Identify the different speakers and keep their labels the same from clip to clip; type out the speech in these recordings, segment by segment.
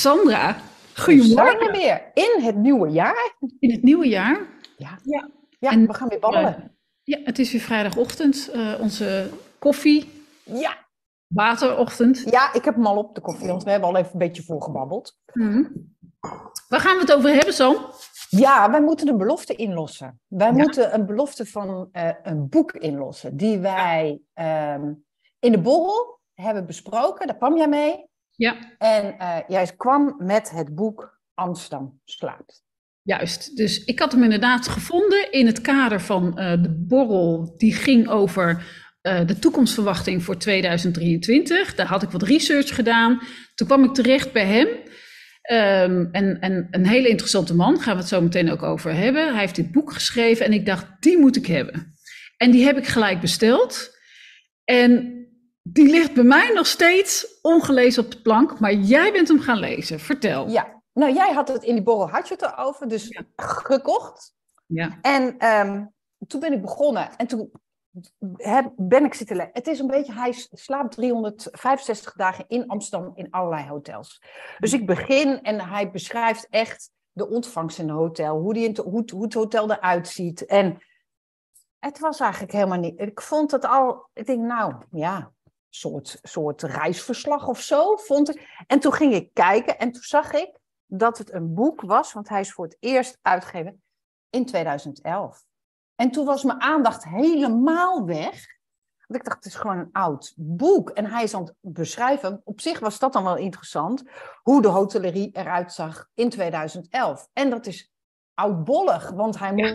Speaker 1: Sandra,
Speaker 2: We
Speaker 1: goedemorgen.
Speaker 2: zijn er weer in het nieuwe jaar.
Speaker 1: In het nieuwe jaar.
Speaker 2: Ja,
Speaker 1: Ja.
Speaker 2: ja,
Speaker 1: En,
Speaker 2: we gaan weer babbelen.
Speaker 1: Ja, het is weer vrijdagochtend. Onze koffie,
Speaker 2: Ja,
Speaker 1: waterochtend.
Speaker 2: ja, ik heb hem al op de koffie, want we hebben al even een beetje voorgebabbeld.
Speaker 1: Waar gaan we het over hebben, Sam?
Speaker 2: Ja, wij moeten een belofte inlossen. Wij
Speaker 1: Ja.
Speaker 2: moeten een belofte van een boek inlossen, die wij in de borrel hebben besproken. Daar kwam jij mee.
Speaker 1: Ja,
Speaker 2: En jij kwam met het boek Amsterdam slaapt.
Speaker 1: juist. Dus ik had hem inderdaad gevonden in het kader van de borrel. Die ging over de toekomstverwachting voor 2023. Daar had ik wat research gedaan. Toen kwam ik terecht bij hem. En een hele interessante man, gaan we het zo meteen ook over hebben. Hij heeft dit boek geschreven en ik dacht, die moet ik hebben. En die heb ik gelijk besteld. En die ligt bij mij nog steeds ongelezen op de plank, maar jij bent hem gaan lezen. Vertel.
Speaker 2: Ja, nou jij had het in die borrel, had je het erover, dus
Speaker 1: Ja.
Speaker 2: gekocht.
Speaker 1: Ja.
Speaker 2: En toen ben ik begonnen en toen ben ik zitten lezen. Het is een beetje, hij slaapt 365 dagen in Amsterdam in allerlei hotels. Dus ik begin en hij beschrijft echt de ontvangst in het hotel, hoe het hotel eruit ziet. En het was eigenlijk helemaal niet, ik vond het al, ik denk nou ja, soort reisverslag of zo, vond ik. En toen ging ik kijken en toen zag ik dat het een boek was, want hij is voor het eerst uitgegeven in 2011. En toen was mijn aandacht helemaal weg. Want ik dacht, het is gewoon een oud boek. En hij is aan het beschrijven, op zich was dat dan wel interessant, hoe de hotellerie eruit zag in 2011. En dat is oudbollig, want hij moet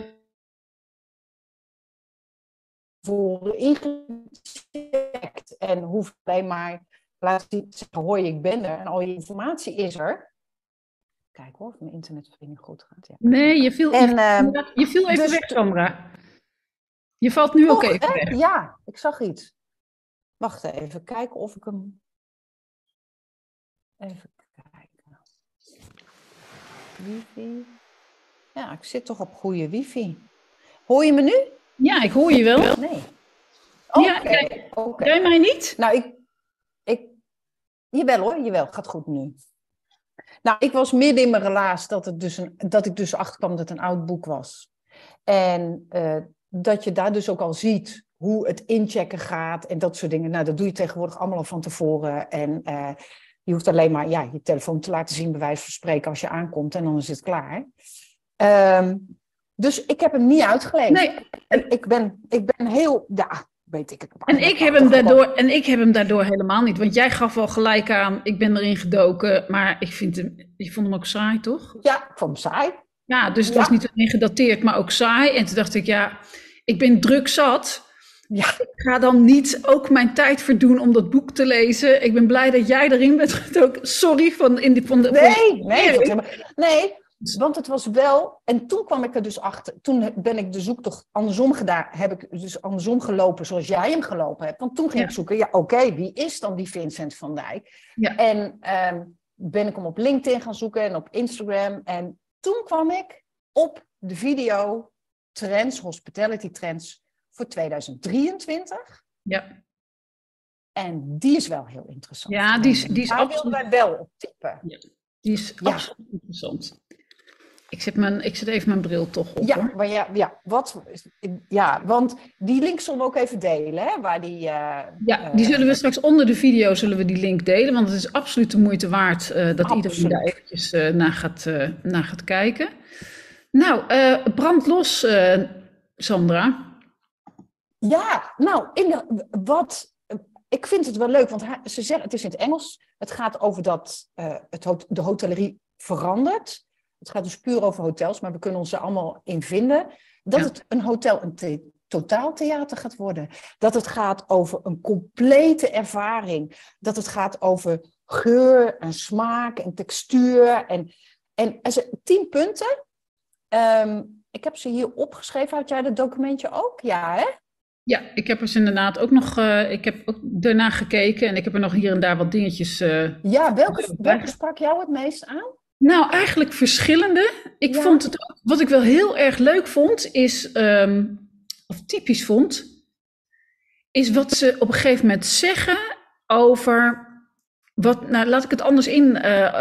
Speaker 2: voor ingecheckt en hoeft alleen maar laten zeggen, hoi, ik ben er en al je informatie is er. Kijk hoor, of mijn internetverbinding goed gaat. Ja.
Speaker 1: Nee, je viel even
Speaker 2: dus
Speaker 1: weg, Sandra. Je valt nu ook
Speaker 2: toch,
Speaker 1: even weg.
Speaker 2: Ja, ik zag iets. Wacht even, kijken of ik hem... Even kijken. Wifi. Ja, ik zit toch op goede wifi. Hoor je me nu?
Speaker 1: Ja, ik hoor je wel.
Speaker 2: Nee.
Speaker 1: Ja,
Speaker 2: Oké.
Speaker 1: jij mij niet?
Speaker 2: Nou, jawel hoor, jawel, gaat goed nu. Nou, ik was midden in mijn relaas dat ik dus achterkwam dat het een oud boek was. En dat je daar dus ook al ziet hoe het inchecken gaat en dat soort dingen. Nou, dat doe je tegenwoordig allemaal al van tevoren. En je hoeft alleen maar je telefoon te laten zien, bij wijze van spreken, als je aankomt en dan is het klaar. Dus ik heb hem niet uitgelezen.
Speaker 1: Nee.
Speaker 2: En ik ben heel, weet ik het.
Speaker 1: En ik heb hem daardoor helemaal niet. Want jij gaf wel gelijk aan, ik ben erin gedoken. Maar je vond hem ook saai, toch?
Speaker 2: Ja, ik vond hem saai.
Speaker 1: Ja, dus het was niet alleen gedateerd, maar ook saai. En toen dacht ik, ja, ik ben druk zat.
Speaker 2: Ja.
Speaker 1: Ik ga dan niet ook mijn tijd verdoen om dat boek te lezen. Ik ben blij dat jij erin bent gedoken. Sorry.
Speaker 2: Nee, want het was wel... En toen kwam ik er dus achter... Toen ben ik de zoektocht andersom gedaan. Heb ik dus andersom gelopen zoals jij hem gelopen hebt. Want toen ging ik zoeken... Oké, wie is dan die Vincent van Dijk?
Speaker 1: Ja.
Speaker 2: En ben ik hem op LinkedIn gaan zoeken en op Instagram. En toen kwam ik op de video trends, hospitality trends voor 2023.
Speaker 1: Ja.
Speaker 2: En die is wel heel interessant.
Speaker 1: Ja, die is
Speaker 2: daar wilden wij wel op tippen.
Speaker 1: Ja, die is absoluut interessant. Ik zet even mijn bril toch op.
Speaker 2: Ja,
Speaker 1: hoor.
Speaker 2: maar want die link zullen we ook even delen, hè? Waar die
Speaker 1: zullen we straks onder de video die link delen, want het is absoluut de moeite waard dat iedereen daar eventjes naar gaat kijken. Nou, brand los, Sandra.
Speaker 2: Ja, nou, ik vind het wel leuk, want ze zeggen, het is in het Engels, het gaat over dat de hotellerie verandert. Het gaat dus puur over hotels, maar we kunnen ons er allemaal in vinden. Dat het een hotel een totaaltheater gaat worden. Dat het gaat over een complete ervaring. Dat het gaat over geur en smaak en textuur. En 10 punten. Ik heb ze hier opgeschreven. Had jij dat documentje ook? Ja, hè?
Speaker 1: Ja, ik heb er inderdaad ook nog, ik heb ook daarna gekeken en ik heb er nog hier en daar wat dingetjes...
Speaker 2: Ja, welke sprak jou het meest aan?
Speaker 1: Nou, eigenlijk verschillende. Ik vond het ook, wat ik wel heel erg leuk vond, of typisch vond, is wat ze op een gegeven moment zeggen over Nou, laat ik het anders in.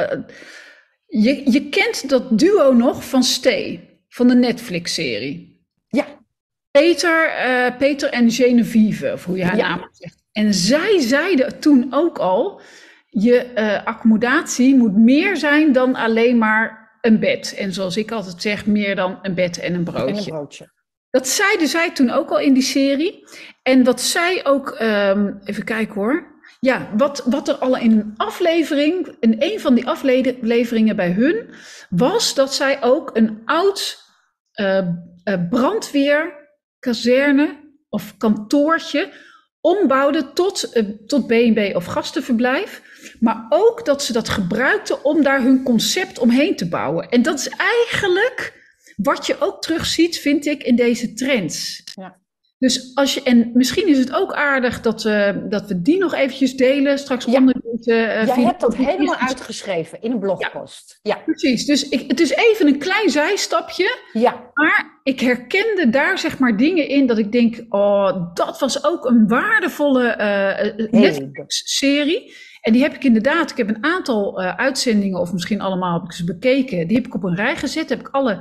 Speaker 1: Je kent dat duo nog van Stay, van de Netflix-serie.
Speaker 2: Ja.
Speaker 1: Peter en Genevieve, of hoe je haar naam zegt. En zij zeiden toen ook al, je accommodatie moet meer zijn dan alleen maar een bed. En zoals ik altijd zeg, meer dan een bed en een broodje.
Speaker 2: En een broodje.
Speaker 1: Dat zeiden zij toen ook al in die serie. En wat zij ook, even kijken hoor. Ja, wat er al in een aflevering, in een van die afleveringen bij hun, was dat zij ook een oud brandweerkazerne of kantoortje ombouwden tot B&B of gastenverblijf. Maar ook dat ze dat gebruikten om daar hun concept omheen te bouwen. En dat is eigenlijk wat je ook terugziet, vind ik, in deze trends. Ja. Dus en misschien is het ook aardig dat we die nog eventjes delen straks onder deze
Speaker 2: Jij hebt dat helemaal uitgeschreven in een blogpost. Ja.
Speaker 1: Precies. Dus het is even een klein zijstapje.
Speaker 2: Ja.
Speaker 1: Maar ik herkende daar zeg maar dingen in dat ik denk, dat was ook een waardevolle Netflix-serie. En die heb ik inderdaad, ik heb een aantal uitzendingen, of misschien allemaal heb ik ze bekeken. Die heb ik op een rij gezet, heb ik alle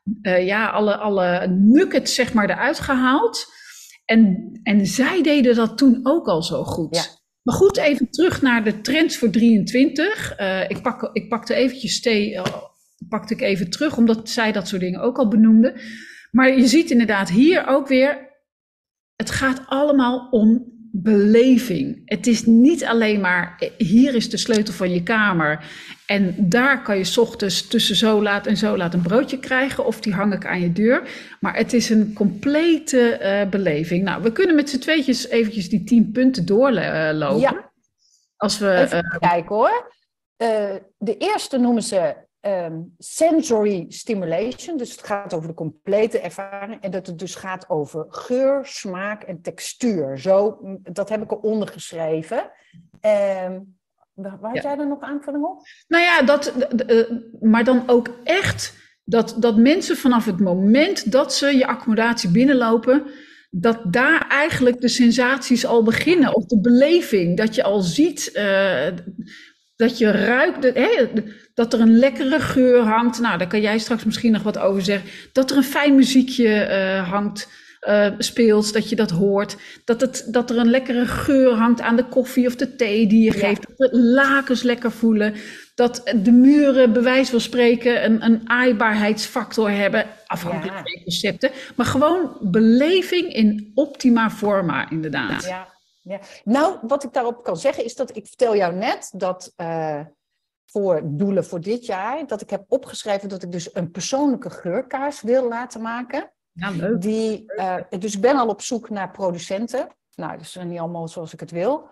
Speaker 1: nuggets zeg maar eruit gehaald. En zij deden dat toen ook al zo goed. Ja. Maar goed, even terug naar de trends voor 23. Ik pakte eventjes pakte ik even terug, omdat zij dat soort dingen ook al benoemde. Maar je ziet inderdaad hier ook weer, het gaat allemaal om beleving. Het is niet alleen maar, hier is de sleutel van je kamer en daar kan je 's ochtends tussen zo laat en zo laat een broodje krijgen of die hang ik aan je deur. Maar het is een complete beleving. Nou, we kunnen met z'n tweetjes eventjes die 10 punten doorlopen.
Speaker 2: Ja.
Speaker 1: Als we,
Speaker 2: even kijken hoor. De eerste noemen ze sensory stimulation, dus het gaat over de complete ervaring en dat het dus gaat over geur, smaak en textuur. Dat heb ik eronder geschreven. Waar had jij er nog aanvulling op?
Speaker 1: Nou ja, maar dan ook echt dat mensen vanaf het moment dat ze je accommodatie binnenlopen, dat daar eigenlijk de sensaties al beginnen, of de beleving, dat je al ziet, dat je ruikt, dat er een lekkere geur hangt. Nou, daar kan jij straks misschien nog wat over zeggen. Dat er een fijn muziekje speelt, dat je dat hoort. Dat er een lekkere geur hangt aan de koffie of de thee die je geeft. Dat de lakens lekker voelen. Dat de muren, bij wijze van spreken, een aaibaarheidsfactor hebben. Afhankelijk van je concepten. Maar gewoon beleving in optima forma, inderdaad.
Speaker 2: Ja. Nou, wat ik daarop kan zeggen is dat ik vertel jou net dat voor doelen voor dit jaar, dat ik heb opgeschreven dat ik dus een persoonlijke geurkaars wil laten maken.
Speaker 1: Ja, leuk.
Speaker 2: Dus ik ben al op zoek naar producenten. Nou, dat is niet allemaal zoals ik het wil.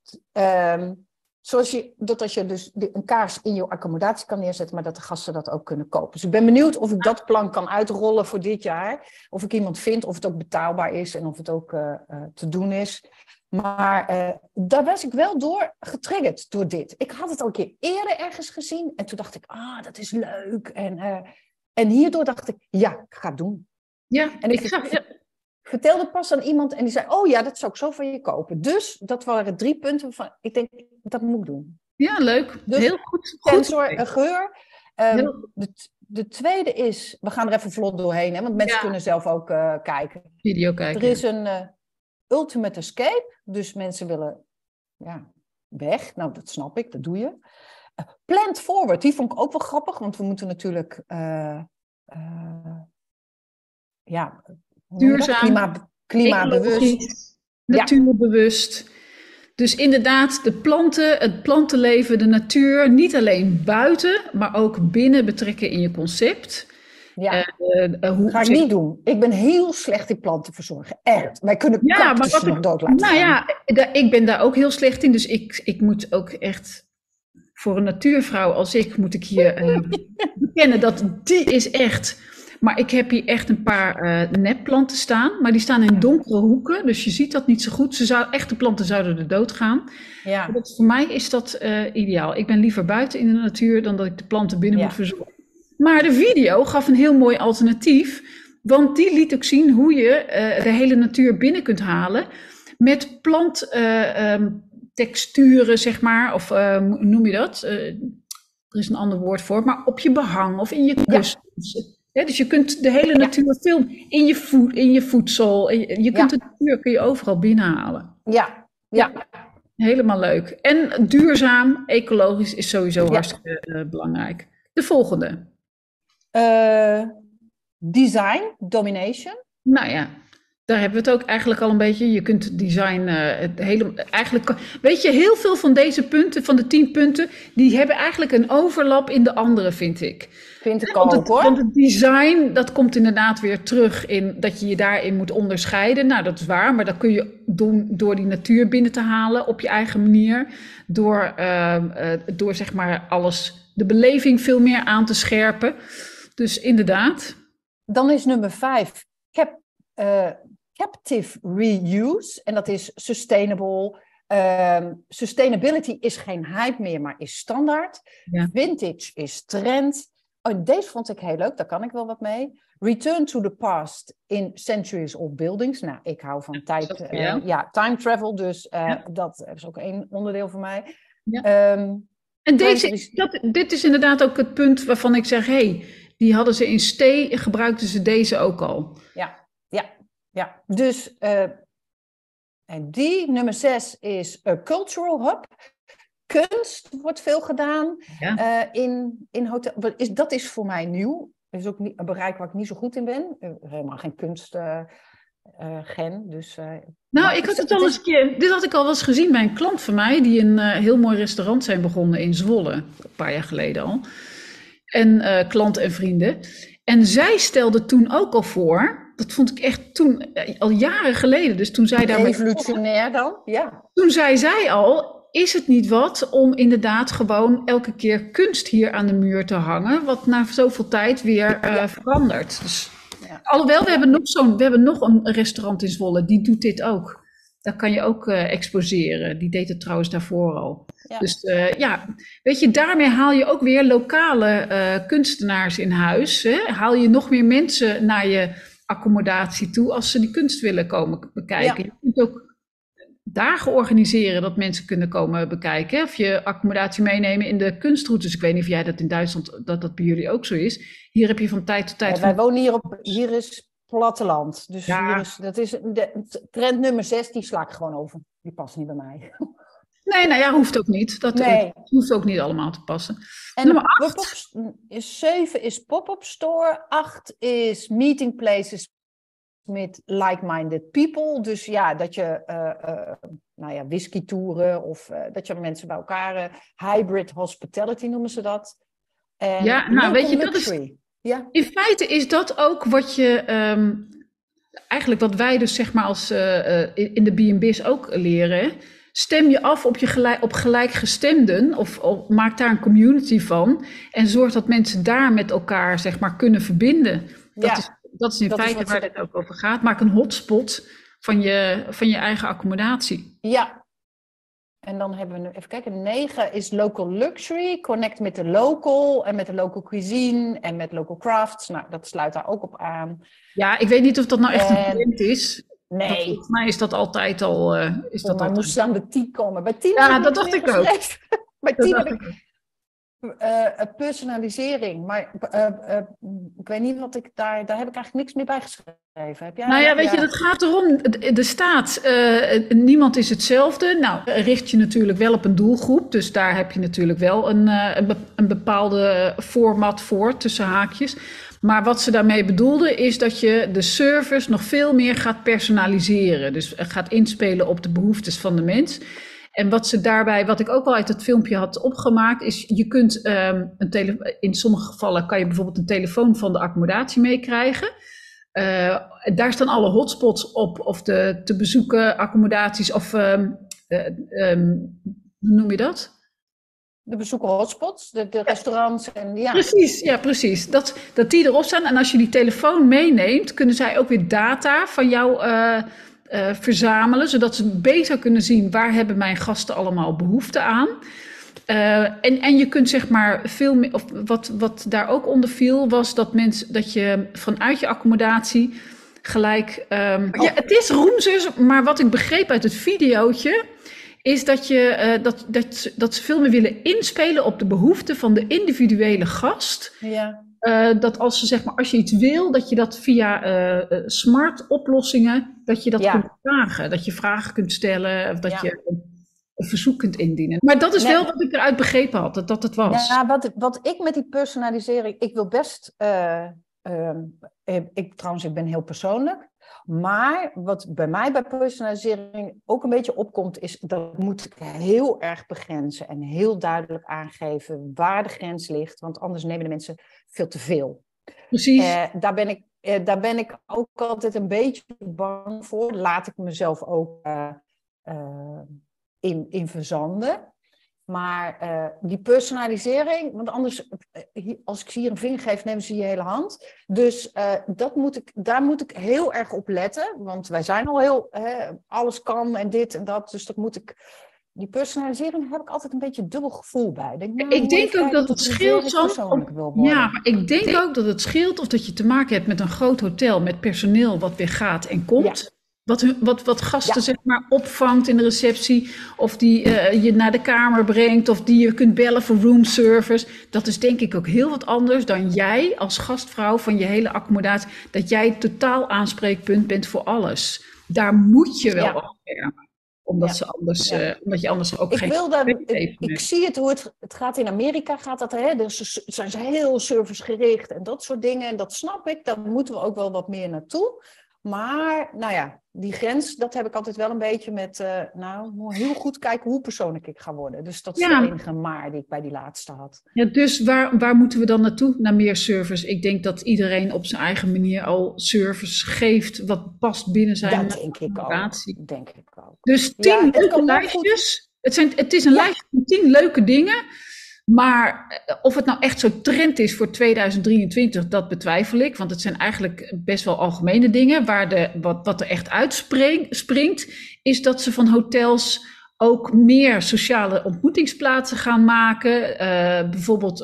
Speaker 2: Als je dus een kaars in je accommodatie kan neerzetten, maar dat de gasten dat ook kunnen kopen. Dus ik ben benieuwd of ik dat plan kan uitrollen voor dit jaar. Of ik iemand vind, of het ook betaalbaar is en of het ook te doen is. Maar daar was ik wel door getriggerd door dit. Ik had het al een keer eerder ergens gezien. En toen dacht ik, dat is leuk. En hierdoor dacht ik, ja, ik ga het doen.
Speaker 1: Ja,
Speaker 2: en ik vertelde pas aan iemand en die zei, dat zou ik zo van je kopen. Dus dat waren 3 punten van, ik denk, dat moet ik doen.
Speaker 1: Ja, leuk. Dus heel goed.
Speaker 2: Sensor, geur. De tweede is, we gaan er even vlot doorheen, hè, want mensen kunnen zelf ook kijken.
Speaker 1: Video kijken.
Speaker 2: Er is een ultimate escape. Dus mensen willen weg. Nou, dat snap ik, dat doe je. Plant forward, die vond ik ook wel grappig. Want we moeten natuurlijk
Speaker 1: duurzaam,
Speaker 2: klimaatbewust.
Speaker 1: Natuurbewust. Dus inderdaad, het plantenleven, de natuur, niet alleen buiten, maar ook binnen betrekken in je concept.
Speaker 2: Ja, ga ik niet doen. Ik ben heel slecht in planten verzorgen. Echt. Wij kunnen cactussen nog dood laten gaan.
Speaker 1: Ik ben daar ook heel slecht in. Dus ik moet ook echt, voor een natuurvrouw als ik, moet ik hier bekennen dat die is echt. Maar ik heb hier echt een paar nepplanten staan. Maar die staan in donkere hoeken. Dus je ziet dat niet zo goed. Echte planten zouden er dood gaan. Ja. Voor mij is dat ideaal. Ik ben liever buiten in de natuur dan dat ik de planten binnen moet verzorgen. Maar de video gaf een heel mooi alternatief, want die liet ook zien hoe je de hele natuur binnen kunt halen met texturen, zeg maar, of hoe noem je dat? Er is een ander woord voor, maar op je behang of in je kussens. Ja, dus je kunt de hele natuur filmen in je voedsel. Je kunt de natuur kun je overal binnenhalen.
Speaker 2: Ja.
Speaker 1: Helemaal leuk. En duurzaam, ecologisch is sowieso hartstikke belangrijk. De volgende.
Speaker 2: Design, domination.
Speaker 1: Nou ja, daar hebben we het ook eigenlijk al een beetje. Je kunt design weet je, heel veel van deze punten, van de 10 punten, die hebben eigenlijk een overlap in de andere, vind ik.
Speaker 2: Vind ik ook, hoor.
Speaker 1: Want het design, dat komt inderdaad weer terug in dat je je daarin moet onderscheiden. Nou, dat is waar, maar dat kun je doen door die natuur binnen te halen op je eigen manier. Door zeg maar alles, de beleving veel meer aan te scherpen. Dus inderdaad.
Speaker 2: Dan is nummer 5 captive reuse. En dat is sustainable. Sustainability is geen hype meer, maar is standaard. Ja. Vintage is trend. Oh, deze vond ik heel leuk, daar kan ik wel wat mee. Return to the past in centuries-old buildings. Nou, ik hou van tijd. Time travel, dus dat is ook een onderdeel van mij. Ja.
Speaker 1: En dit is inderdaad ook het punt waarvan ik zeg, die hadden ze in stee, gebruikten ze deze ook al.
Speaker 2: Ja. Dus, en die, nummer 6 is a cultural hub. Kunst wordt veel gedaan in hotel. Dat is voor mij nieuw. Dat is ook een bereik waar ik niet zo goed in ben. Helemaal geen kunstgen. Dus,
Speaker 1: ik had het al eens een keer. Dit had ik al wel eens gezien bij een klant van mij, die een heel mooi restaurant zijn begonnen in Zwolle, een paar jaar geleden al. En klanten en vrienden. En zij stelde toen ook al voor, dat vond ik echt toen, al jaren geleden. Dus toen zij daarmee.
Speaker 2: Revolutionair dan? Ja.
Speaker 1: Toen zei zij al, is het niet wat om inderdaad gewoon elke keer kunst hier aan de muur te hangen, wat na zoveel tijd weer verandert. Dus, alhoewel, we hebben nog een restaurant in Zwolle, die doet dit ook. Daar kan je ook exposeren. Die deed het trouwens daarvoor al. Ja. Dus weet je, daarmee haal je ook weer lokale kunstenaars in huis. Hè? Haal je nog meer mensen naar je accommodatie toe als ze die kunst willen komen bekijken. Ja. Je kunt ook dagen organiseren dat mensen kunnen komen bekijken. Of je accommodatie meenemen in de kunstroutes. Ik weet niet of jij dat in Duitsland, dat bij jullie ook zo is. Hier heb je van tijd tot tijd...
Speaker 2: wij wonen hier is platteland. Dus dat is trend nummer 6, die sla ik gewoon over. Die past niet bij mij.
Speaker 1: Nee, hoeft ook niet. Dat hoeft ook niet allemaal te passen.
Speaker 2: En nummer 8. 7 is pop-up store. 8 is meeting places met like-minded people. Dus dat je whisky-toeren of dat je mensen bij elkaar... hybrid hospitality noemen ze dat. En
Speaker 1: weet je, dat is... Ja. In feite is dat ook wat je... eigenlijk wat wij dus zeg maar als in de B&B's ook leren. Stem je af op gelijkgestemden of maak daar een community van. En zorg dat mensen daar met elkaar zeg maar kunnen verbinden. Dat is in feite waar het ook over gaat. Maak een hotspot van je eigen accommodatie.
Speaker 2: Ja. En dan hebben we, even kijken, 9 is local luxury. Connect met de local en met de local cuisine en met local crafts. Nou, dat sluit daar ook op aan.
Speaker 1: Ja, ik weet niet of dat nou echt een trend is.
Speaker 2: Nee.
Speaker 1: Volgens mij is dat altijd al...
Speaker 2: Maar moest aan de 10 komen. Bij 10
Speaker 1: dat dacht ik ook.
Speaker 2: Bij 10 heb ik personalisering. Maar ik weet niet wat daar heb ik eigenlijk niks meer bij geschreven. Heb jij,
Speaker 1: weet je, dat gaat erom. Er staat, niemand is hetzelfde. Nou, richt je natuurlijk wel op een doelgroep. Dus daar heb je natuurlijk wel een bepaalde format voor, tussen haakjes. Maar wat ze daarmee bedoelden is dat je de service nog veel meer gaat personaliseren. Dus gaat inspelen op de behoeftes van de mens. En wat ik ook wel uit het filmpje had opgemaakt, is je kunt in sommige gevallen kan je bijvoorbeeld een telefoon van de accommodatie meekrijgen. Daar staan alle hotspots op, of de te bezoeken accommodaties, of hoe noem je dat?
Speaker 2: De bezoeken hotspots, de restaurants en
Speaker 1: Precies. Dat die erop staan. En als je die telefoon meeneemt, kunnen zij ook weer data van jou verzamelen, zodat ze beter kunnen zien waar hebben mijn gasten allemaal behoefte aan. En je kunt zeg maar veel meer, of wat daar ook onder viel, was dat je vanuit je accommodatie gelijk... het is roomservice, maar wat ik begreep uit het videootje is dat dat ze veel meer willen inspelen op de behoeften van de individuele gast.
Speaker 2: Ja.
Speaker 1: Dat als ze, zeg maar, als je iets wil, dat je dat via smart oplossingen, dat je dat kunt vragen. Dat je vragen kunt stellen, of dat je een verzoek kunt indienen. Maar dat is wel wat ik eruit begrepen had, dat het was.
Speaker 2: Ja, wat ik met die personalisering, ik wil best, ik ben heel persoonlijk, maar wat bij mij bij personalisering ook een beetje opkomt, is dat moet ik heel erg begrenzen en heel duidelijk aangeven waar de grens ligt, want anders nemen de mensen veel te veel.
Speaker 1: Precies.
Speaker 2: Daar ben ik ook altijd een beetje bang voor. Laat ik mezelf ook in verzanden. Maar die personalisering, want anders, als ik ze hier een vinger geef, nemen ze je hele hand. Dus daar moet ik heel erg op letten. Want wij zijn al heel, alles kan en dit en dat. Dus die personalisering heb ik altijd een beetje dubbel gevoel bij.
Speaker 1: Ik denk ook dat het scheelt, ja, maar ik denk ook dat het scheelt of dat je te maken hebt met een groot hotel met personeel wat weer gaat en komt. Ja. Wat gasten zeg maar opvangt in de receptie, of die je naar de kamer brengt, of die je kunt bellen voor roomservice. Dat is denk ik ook heel wat anders dan jij als gastvrouw van je hele accommodatie, dat jij totaal aanspreekpunt bent voor alles. Daar moet je wel afschermen. Omdat je anders ook
Speaker 2: ik zie het hoe het gaat in Amerika, gaat dat, dus zijn ze heel servicegericht en dat soort dingen. En dat snap ik, daar moeten we ook wel wat meer naartoe. Maar, nou ja, die grens, dat heb ik altijd wel een beetje met, heel goed kijken hoe persoonlijk ik ga worden. Dus dat is de enige maar die ik bij die laatste had. Ja,
Speaker 1: dus waar moeten we dan naartoe? Naar meer service? Ik denk dat iedereen op zijn eigen manier al service geeft wat past binnen zijn organisatie.
Speaker 2: Dat denk ik ook.
Speaker 1: Dus 10 leuke lijstjes. Het is een lijstje van 10 leuke dingen. Maar of het nou echt zo trend is voor 2023, dat betwijfel ik. Want het zijn eigenlijk best wel algemene dingen. Wat er echt uitspringt, is dat ze van hotels ook meer sociale ontmoetingsplaatsen gaan maken. Bijvoorbeeld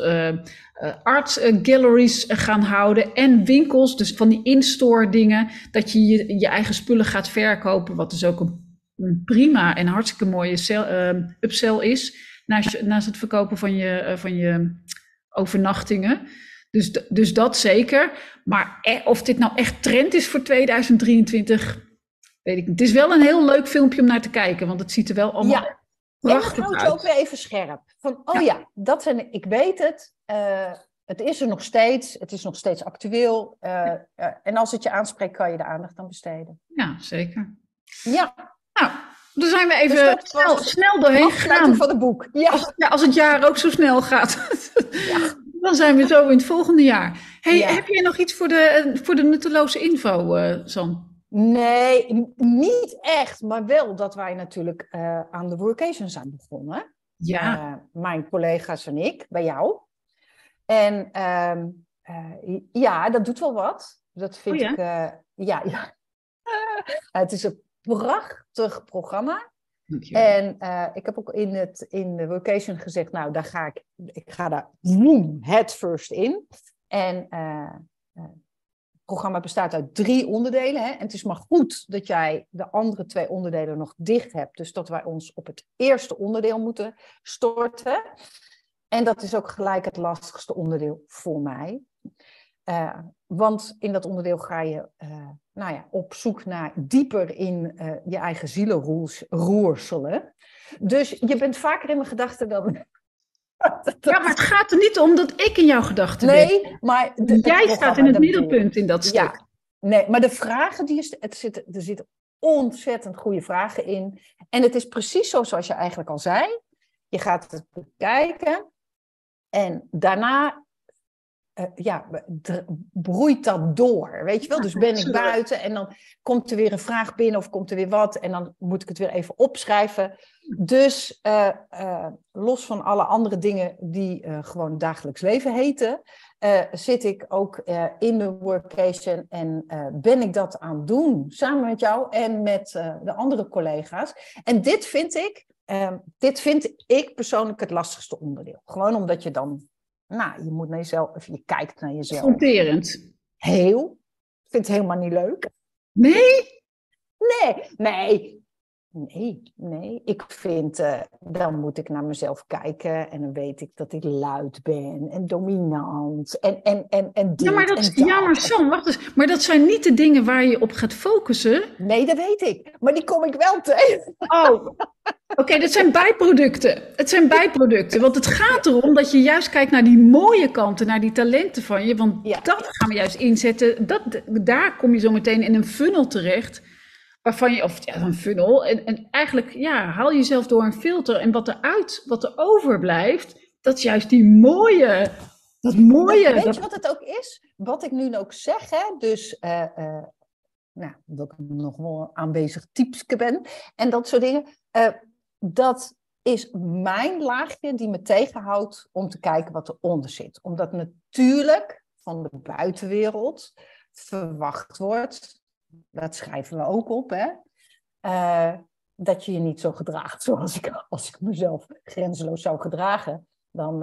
Speaker 1: art galleries gaan houden en winkels. Dus van die in-store dingen, dat je eigen spullen gaat verkopen. Wat dus ook een prima en hartstikke mooie upsell is. Naast het verkopen van je overnachtingen. Dus dat zeker. Maar of dit nou echt trend is voor 2023, weet ik niet. Het is wel een heel leuk filmpje om naar te kijken. Want het ziet er wel allemaal prachtig uit.
Speaker 2: En het houdt je ook weer even scherp. Van, dat zijn, ik weet het. Het is er nog steeds. Het is nog steeds actueel. En als het je aanspreekt, kan je de aandacht aan besteden.
Speaker 1: Ja, zeker.
Speaker 2: Ja.
Speaker 1: Nou, daar zijn we even snel doorheen gegaan.
Speaker 2: Van het boek. Ja.
Speaker 1: Als het jaar ook zo snel gaat, dan zijn we zo in het volgende jaar. Heb jij nog iets voor de nutteloze info, San?
Speaker 2: Nee, niet echt. Maar wel dat wij natuurlijk aan de workation zijn begonnen.
Speaker 1: Ja.
Speaker 2: Mijn collega's en ik, bij jou. En dat doet wel wat. Dat vind ik... het is een prachtig programma. En ik heb ook in de workation gezegd, nou, daar ik ga daar head first in. En het programma bestaat uit 3 onderdelen. Hè? En het is maar goed dat jij de andere 2 onderdelen nog dicht hebt. Dus dat wij ons op het eerste onderdeel moeten storten. En dat is ook gelijk het lastigste onderdeel voor mij. Want in dat onderdeel ga je op zoek naar dieper in je eigen zielenroerselen. Dus je bent vaker in mijn gedachten dan...
Speaker 1: Ja, maar het gaat er niet om dat ik in jouw gedachten ben.
Speaker 2: Nee, maar...
Speaker 1: Jij staat in het middelpunt in dat stuk.
Speaker 2: Ja, nee, maar de vragen, er zitten ontzettend goede vragen in. En het is precies zoals je eigenlijk al zei. Je gaat het bekijken en daarna... broeit dat door, weet je wel? Dus ben ik buiten en dan komt er weer een vraag binnen of komt er weer wat en dan moet ik het weer even opschrijven. Dus los van alle andere dingen die gewoon dagelijks leven heten, zit ik ook in de workation en ben ik dat aan het doen, samen met jou en met de andere collega's. En dit vind ik persoonlijk het lastigste onderdeel. Gewoon omdat je dan... je moet naar jezelf, of je kijkt naar jezelf.
Speaker 1: Confronterend.
Speaker 2: Heel. Ik vind het helemaal niet leuk.
Speaker 1: Nee?
Speaker 2: Nee. Nee. Ik vind, dan moet ik naar mezelf kijken en dan weet ik dat ik luid ben en dominant en dit en dat.
Speaker 1: Ja, maar San, wacht eens. Maar dat zijn niet de dingen waar je op gaat focussen.
Speaker 2: Nee, dat weet ik. Maar die kom ik wel tegen.
Speaker 1: Oh, oké, dat zijn bijproducten. Het zijn bijproducten, want het gaat erom dat je juist kijkt naar die mooie kanten, naar die talenten van je. Want dat gaan we juist inzetten. Daar kom je zo meteen in een funnel terecht. Waarvan je, of ja, een funnel. En eigenlijk, ja, haal jezelf door een filter. En wat er overblijft, dat is juist die mooie. Dat mooie.
Speaker 2: Weet je wat het ook is? Wat ik nu ook zeg, hè? Dus, nou, dat ik nog wel aanwezig typske ben. En dat soort dingen. Dat is mijn laagje die me tegenhoudt om te kijken wat eronder zit. Omdat natuurlijk van de buitenwereld verwacht wordt, dat schrijven we ook op, hè, dat je je niet zo gedraagt zoals als ik mezelf grenzeloos zou gedragen. Dan,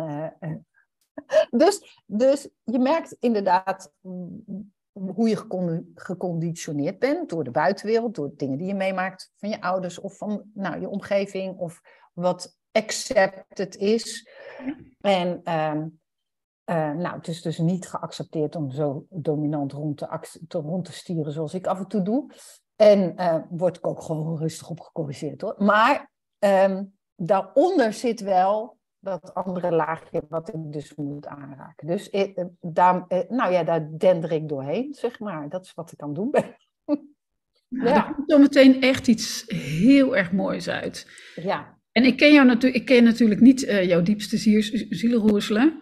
Speaker 2: dus je merkt inderdaad hoe je geconditioneerd bent door de buitenwereld, door dingen die je meemaakt van je ouders of van je omgeving of wat accepted is. En het is dus niet geaccepteerd om zo dominant rond te stieren zoals ik af en toe doe. En word ik ook gewoon rustig op gecorrigeerd, hoor. Maar daaronder zit wel dat andere laagje wat ik dus moet aanraken. Dus daar dender ik doorheen, zeg maar. Dat is wat ik aan het doen ben.
Speaker 1: Er komt zo meteen echt iets heel erg moois uit.
Speaker 2: Ja.
Speaker 1: En ik ken natuurlijk niet jouw diepste zielenroerselen.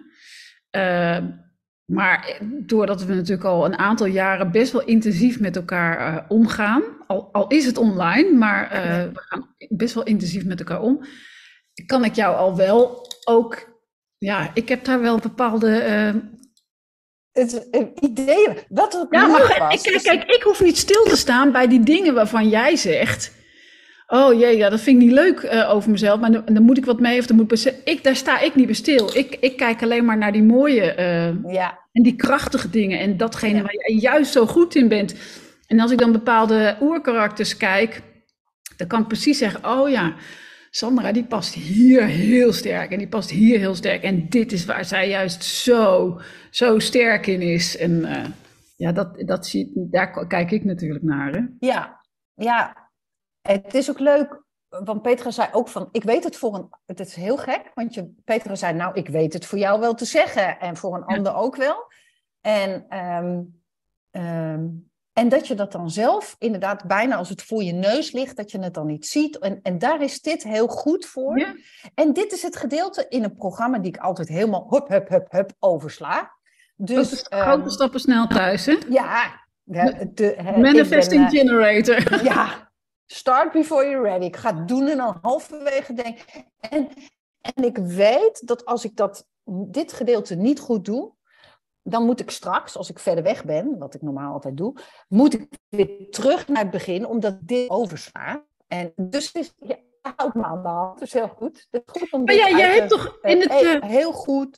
Speaker 1: Maar doordat we natuurlijk al een aantal jaren best wel intensief met elkaar omgaan. Al is het online, maar we gaan best wel intensief met elkaar om. Kan ik jou al wel ook... Ja, ik heb daar wel bepaalde...
Speaker 2: ideeën. Wat het
Speaker 1: kijk, ik hoef niet stil te staan bij die dingen waarvan jij zegt... Oh jee, ja, dat vind ik niet leuk over mezelf, maar dan moet ik wat mee. Of dan daar sta ik niet bij stil. Ik kijk alleen maar naar die mooie en die krachtige dingen. En datgene waar je juist zo goed in bent. En als ik dan bepaalde oerkarakters kijk, dan kan ik precies zeggen... Oh ja, Sandra die past hier heel sterk en die past hier heel sterk. En dit is waar zij juist zo sterk in is. En daar kijk ik natuurlijk naar. Hè?
Speaker 2: Ja. Het is ook leuk, want Petra zei ook van, ik weet het het is heel gek, want Petra zei, nou, ik weet het voor jou wel te zeggen en voor een ander ook wel. En dat je dat dan zelf, inderdaad, bijna als het voor je neus ligt, dat je het dan niet ziet. En daar is dit heel goed voor. Ja. En dit is het gedeelte in een programma die ik altijd helemaal hup oversla. Dus
Speaker 1: grote stappen snel thuis, hè?
Speaker 2: Ja.
Speaker 1: Manifesting generator.
Speaker 2: Ja. Start before you're ready. Ik ga het doen en dan halverwege denken. En ik weet dat als ik dit gedeelte niet goed doe, dan moet ik straks, als ik verder weg ben, wat ik normaal altijd doe, moet ik weer terug naar het begin, omdat dit oversla. En dus houdt me aan de hand. Dat is heel goed. Het is goed om
Speaker 1: maar jij hebt toch in het...
Speaker 2: Heel goed.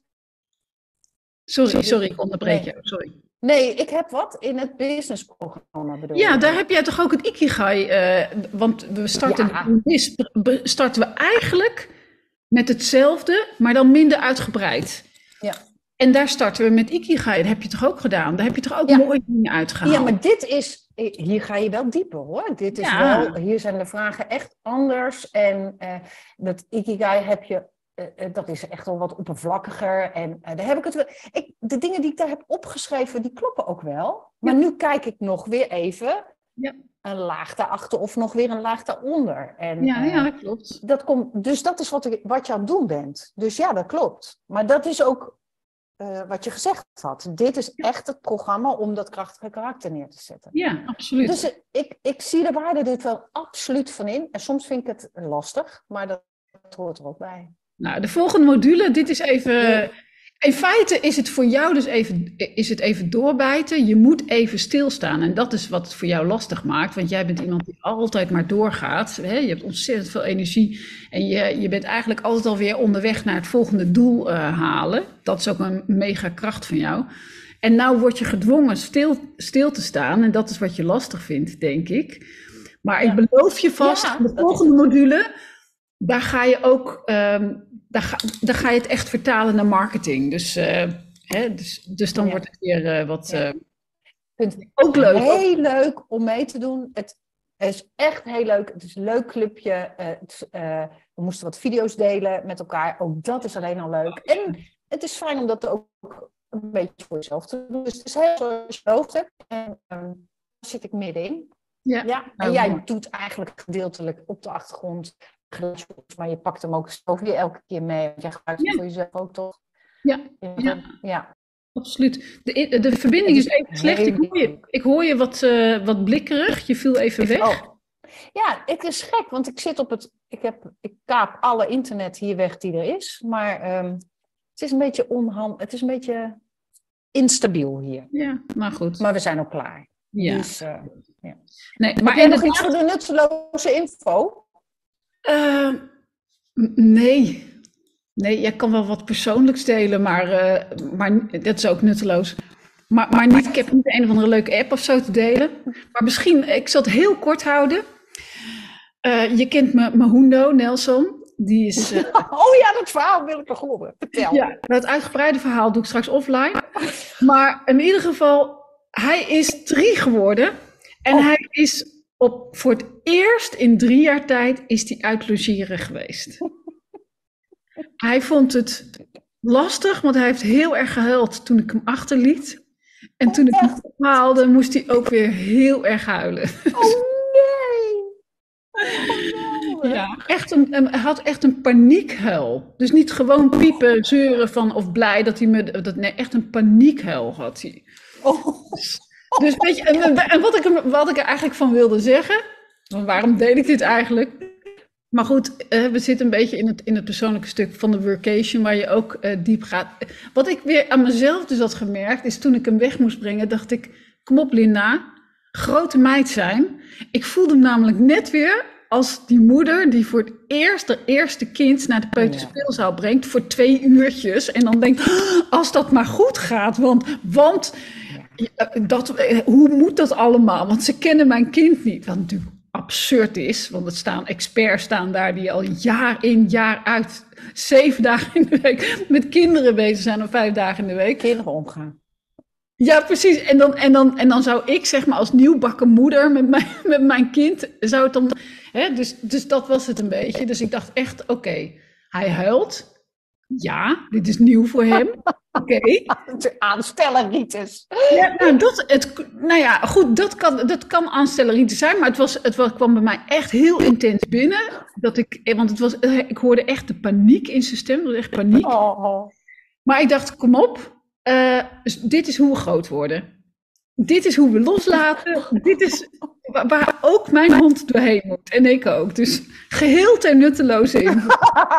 Speaker 1: Sorry, ik onderbreek jou. Sorry.
Speaker 2: Nee, ik heb wat in het businessprogramma bedoel.
Speaker 1: Ja, daar heb jij toch ook het Ikigai, want we starten we eigenlijk met hetzelfde, maar dan minder uitgebreid. Ja. En daar starten we met Ikigai, dat heb je toch ook gedaan? Daar heb je toch ook mooie dingen uitgehaald?
Speaker 2: Ja, maar dit is, hier ga je wel dieper hoor. Dit is wel, hier zijn de vragen echt anders en dat Ikigai heb je... dat is echt wel wat oppervlakkiger. En daar heb ik het wel. De dingen die ik daar heb opgeschreven, die kloppen ook wel. Maar nu kijk ik nog weer even een laag daarachter of nog weer een laag daaronder. En,
Speaker 1: dat klopt.
Speaker 2: Dus dat is wat je aan het doen bent. Dus ja, dat klopt. Maar dat is ook wat je gezegd had. Dit is echt het programma om dat krachtige karakter neer te zetten.
Speaker 1: Ja, absoluut.
Speaker 2: Dus ik zie de waarde er wel absoluut van in. En soms vind ik het lastig, maar dat hoort er ook bij.
Speaker 1: Nou, de volgende module, dit is even... In feite is het voor jou dus even doorbijten. Je moet even stilstaan. En dat is wat het voor jou lastig maakt. Want jij bent iemand die altijd maar doorgaat. Hè? Je hebt ontzettend veel energie. En je bent eigenlijk altijd alweer onderweg naar het volgende doel halen. Dat is ook een mega kracht van jou. En nou word je gedwongen stil te staan. En dat is wat je lastig vindt, denk ik. Maar ik beloof je vast, de volgende module, daar ga je ook, daar ga je het echt vertalen naar marketing. Dus dan wordt het weer wat...
Speaker 2: Ik vind het
Speaker 1: ook leuk.
Speaker 2: Heel leuk om mee te doen. Het is echt heel leuk. Het is een leuk clubje. We moesten wat video's delen met elkaar. Ook dat is alleen al leuk. En het is fijn om dat ook een beetje voor jezelf te doen. Dus het is heel zoals je beloofd hebt. En daar zit ik middenin. Ja. En jij doet eigenlijk gedeeltelijk op de achtergrond geluidsjes, maar je pakt hem ook over je elke keer mee. Want jij gebruikt het voor jezelf ook toch?
Speaker 1: Ja. Absoluut. De verbinding is even slecht. Ik hoor je wat blikkerig. Je viel even weg.
Speaker 2: Ja, het is gek, want ik zit op het... Ik kaap alle internet hier weg die er is. Maar het is een beetje het is een beetje instabiel hier.
Speaker 1: Ja, maar goed.
Speaker 2: Maar we zijn al klaar.
Speaker 1: Ja.
Speaker 2: Dus,
Speaker 1: Nee, maar
Speaker 2: heb jij nog iets voor de nutteloze info?
Speaker 1: Nee. Nee, jij kan wel wat persoonlijks delen, maar dat is ook nutteloos. Maar niet, ik heb niet een of andere leuke app of zo te delen. Maar misschien, ik zal het heel kort houden. Je kent mijn Hundo, Nelson. Die is...
Speaker 2: dat verhaal wil ik nog horen. Vertel.
Speaker 1: Ja, het uitgebreide verhaal doe ik straks offline. Maar in ieder geval, hij is 3 geworden. En hij is voor het eerst in 3 jaar tijd is hij uit logeren geweest. Hij vond het lastig, want hij heeft heel erg gehuild toen ik hem achterliet. En toen ik hem ophaalde, moest hij ook weer heel erg huilen.
Speaker 2: Oh nee!
Speaker 1: Ja, hij had echt een paniekhuil. Dus niet gewoon piepen, zeuren of blij dat hij nee, echt een paniekhuil had hij. Dus weet je, en wat ik er eigenlijk van wilde zeggen, waarom deel ik dit eigenlijk? Maar goed, we zitten een beetje in het persoonlijke stuk van de workation, waar je ook diep gaat. Wat ik weer aan mezelf dus had gemerkt, is toen ik hem weg moest brengen, dacht ik, kom op Linda, grote meid zijn. Ik voelde hem namelijk net weer als die moeder die voor het eerst haar eerste kind naar de peuterspeelzaal brengt voor 2 uurtjes. En dan denkt, als dat maar goed gaat, want hoe moet dat allemaal? Want ze kennen mijn kind niet. Wat natuurlijk absurd is, want experts staan daar die al jaar in, jaar uit 7 dagen in de week met kinderen bezig zijn of 5 dagen in de week.
Speaker 2: Kinderen omgaan.
Speaker 1: Ja, precies. En dan zou ik, zeg maar, als nieuwbakken moeder met mijn kind, zou het dan... Dus dat was het een beetje. Dus ik dacht echt, oké, hij huilt. Ja, dit is nieuw voor hem. Oké.
Speaker 2: Aanstelleritis.
Speaker 1: Ja, goed, dat kan aanstelleritis zijn, maar het kwam bij mij echt heel intens binnen. Want ik hoorde echt de paniek in zijn stem, dat was echt paniek. Maar ik dacht, kom op, dit is hoe we groot worden. Dit is hoe we loslaten. Dit is waar ook mijn hond doorheen moet. En ik ook. Dus geheel ter nutteloze info.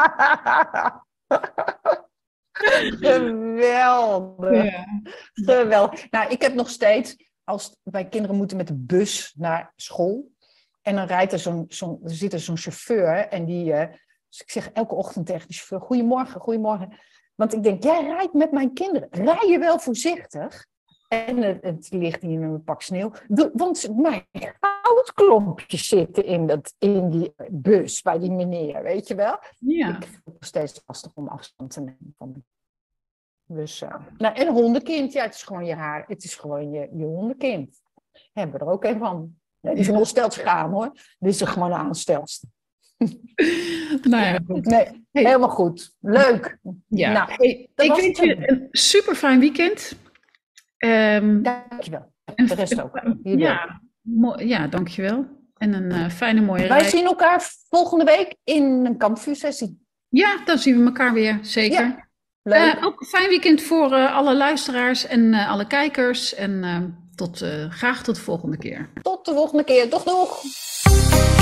Speaker 2: Geweldig. Ja. Geweldig. Nou, ik heb nog steeds, als wij kinderen moeten met de bus naar school. En dan rijdt er zit er zo'n chauffeur. En dus ik zeg elke ochtend tegen die chauffeur, goedemorgen. Want ik denk, jij rijdt met mijn kinderen. Rij je wel voorzichtig? En het ligt hier in een pak sneeuw. Want mijn goudklompjes zitten in die bus bij die meneer, weet je wel?
Speaker 1: Ja.
Speaker 2: Ik vind het nog steeds lastig om afstand te nemen van hem. Dus, en een hondenkind, ja, het is gewoon je haar. Het is gewoon je hondenkind. Hebben we er ook een van. Nee, die is nog steltje gaan hoor. Dit is er gewoon een aanstelst.
Speaker 1: Nou ja, goed.
Speaker 2: Nee, helemaal goed. Leuk.
Speaker 1: Ja. Nou, ik wens je een super fijn weekend.
Speaker 2: Dankjewel. De rest ook.
Speaker 1: Ja, dankjewel. En een fijne mooie
Speaker 2: Wij
Speaker 1: reis.
Speaker 2: zien elkaar volgende week in een kampvuursessie.
Speaker 1: Ja, dan zien we elkaar weer, zeker.
Speaker 2: Ja, leuk.
Speaker 1: Ook een fijn weekend voor alle luisteraars en alle kijkers. En graag tot de volgende keer.
Speaker 2: Tot de volgende keer. Doeg.